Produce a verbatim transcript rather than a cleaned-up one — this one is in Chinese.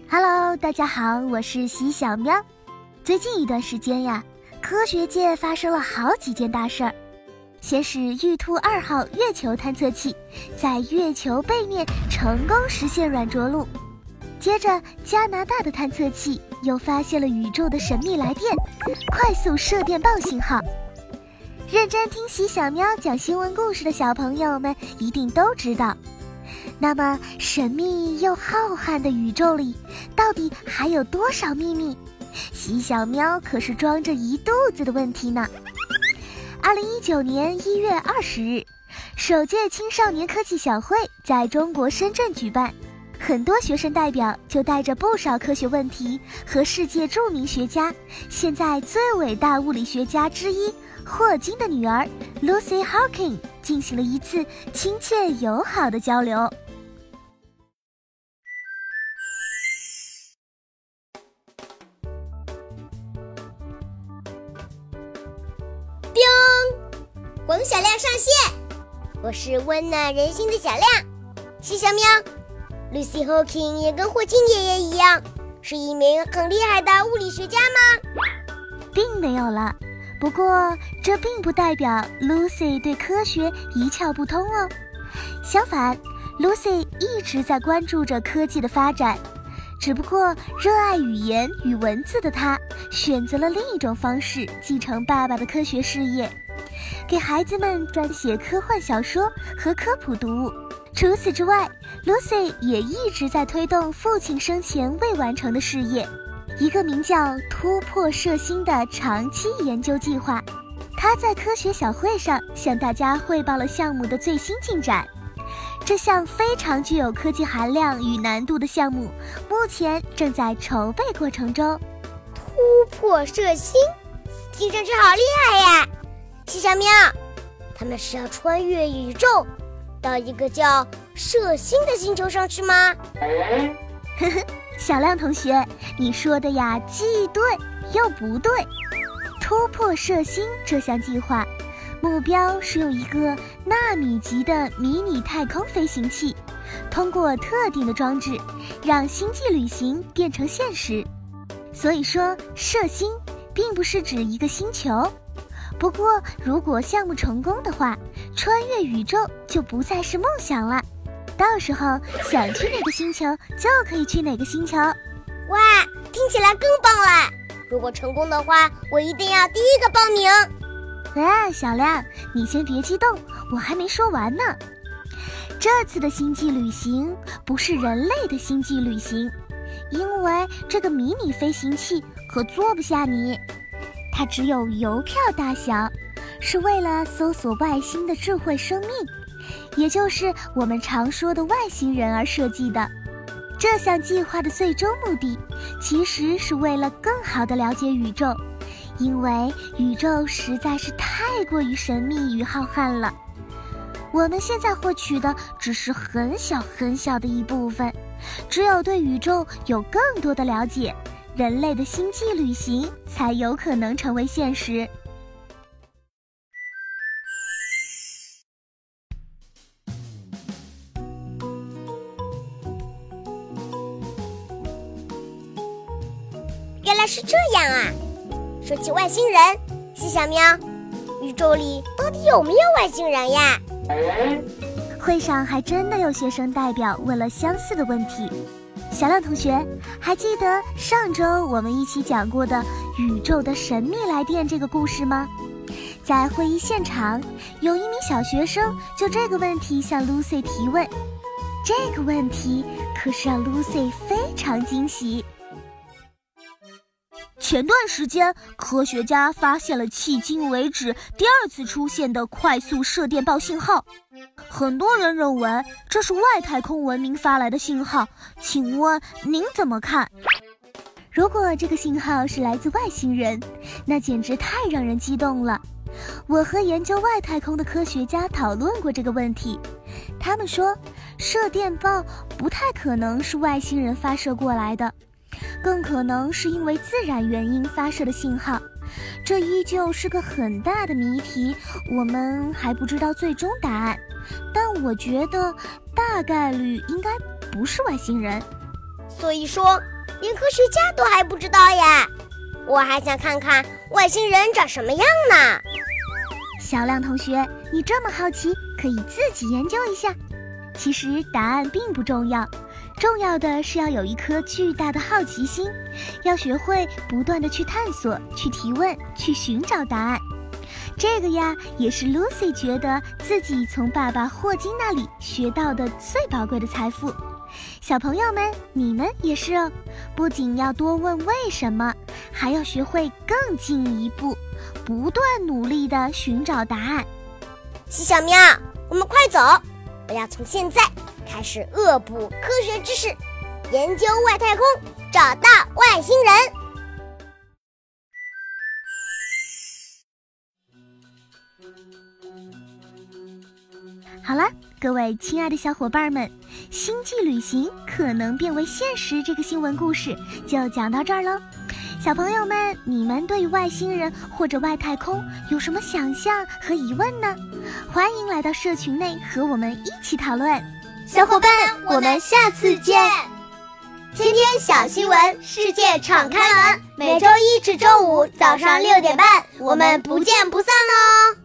Hello， 大家好，我是喜小喵。最近一段时间呀，科学界发生了好几件大事儿。先是玉兔二号月球探测器在月球背面成功实现软着陆，接着加拿大的探测器又发现了宇宙的神秘来电快速射电暴信号。认真听喜小喵讲新闻故事的小朋友们一定都知道，那么神秘又浩瀚的宇宙里到底还有多少秘密？喜小喵可是装着一肚子的问题呢。二零一九年一月二十日，首届青少年科技小会在中国深圳举办，很多学生代表就带着不少科学问题和世界著名学家，现在最伟大物理学家之一霍金的女儿 Lucy Hawking 进行了一次亲切友好的交流。 叮，黄小亮上线，我是温暖人心的小亮。喜小喵 Lucy Hawking 也跟霍金爷爷一样，是一名很厉害的物理学家吗？ 并没有了，不过这并不代表 Lucy 对科学一窍不通哦。相反， Lucy 一直在关注着科技的发展，只不过热爱语言与文字的她选择了另一种方式继承爸爸的科学事业，给孩子们撰写科幻小说和科普读物。除此之外， Lucy 也一直在推动父亲生前未完成的事业，一个名叫突破射星的长期研究计划。他在科学小会上向大家汇报了项目的最新进展。这项非常具有科技含量与难度的项目目前正在筹备过程中。 突破射星听上去好厉害呀！喜小喵，他们是要穿越宇宙到一个叫射星的星球上去吗？ 呵呵，小亮同学，你说的呀既对又不对。突破射星这项计划目标是用一个纳米级的迷你太空飞行器，通过特定的装置让星际旅行变成现实。所以说射星并不是指一个星球，不过如果项目成功的话，穿越宇宙就不再是梦想了，到时候想去哪个星球就可以去哪个星球。 哇，听起来更棒了！如果成功的话，我一定要第一个报名。 哎，小亮，你先别激动，我还没说完呢。这次的星际旅行不是人类的星际旅行，因为这个迷你飞行器可坐不下你，它只有邮票大小，是为了搜索外星的智慧生命，也就是我们常说的外星人而设计的。这项计划的最终目的其实是为了更好地了解宇宙，因为宇宙实在是太过于神秘与浩瀚了，我们现在获取的只是很小很小的一部分，只有对宇宙有更多的了解，人类的星际旅行才有可能成为现实。 原来是这样啊！说起外星人，喜小喵，宇宙里到底有没有外星人呀？ 会上还真的有学生代表问了相似的问题。小亮同学，还记得上周我们一起讲过的宇宙的神秘来电这个故事吗？在会议现场，有一名小学生就这个问题向 Lucy 提问，这个问题可是让 Lucy 非常惊喜。前段时间，科学家发现了迄今为止第二次出现的快速射电暴信号，很多人认为这是外太空文明发来的信号，请问您怎么看？如果这个信号是来自外星人，那简直太让人激动了。我和研究外太空的科学家讨论过这个问题，他们说射电暴不太可能是外星人发射过来的，更可能是因为自然原因发射的信号，这依旧是个很大的谜题，我们还不知道最终答案，但我觉得大概率应该不是外星人。 所以说连科学家都还不知道呀！我还想看看外星人长什么样呢。 小亮同学，你这么好奇，可以自己研究一下。其实答案并不重要，重要的是要有一颗巨大的好奇心，要学会不断地去探索、去提问、去寻找答案。这个呀，也是 Lucy 觉得自己从爸爸霍金那里学到的最宝贵的财富。小朋友们，你们也是哦，不仅要多问为什么，还要学会更进一步，不断努力地寻找答案。 西小喵，我们快走！我要从现在开始恶补科学知识，研究外太空，找到外星人。 好了，各位亲爱的小伙伴们，星际旅行可能变为现实这个新闻故事就讲到这儿喽。小朋友们，你们对外星人或者外太空有什么想象和疑问呢？欢迎来到社群内和我们一起讨论。 小伙伴，我们下次见！天天小新闻，世界敞开门，每周一至周五早上六点半，我们不见不散哦！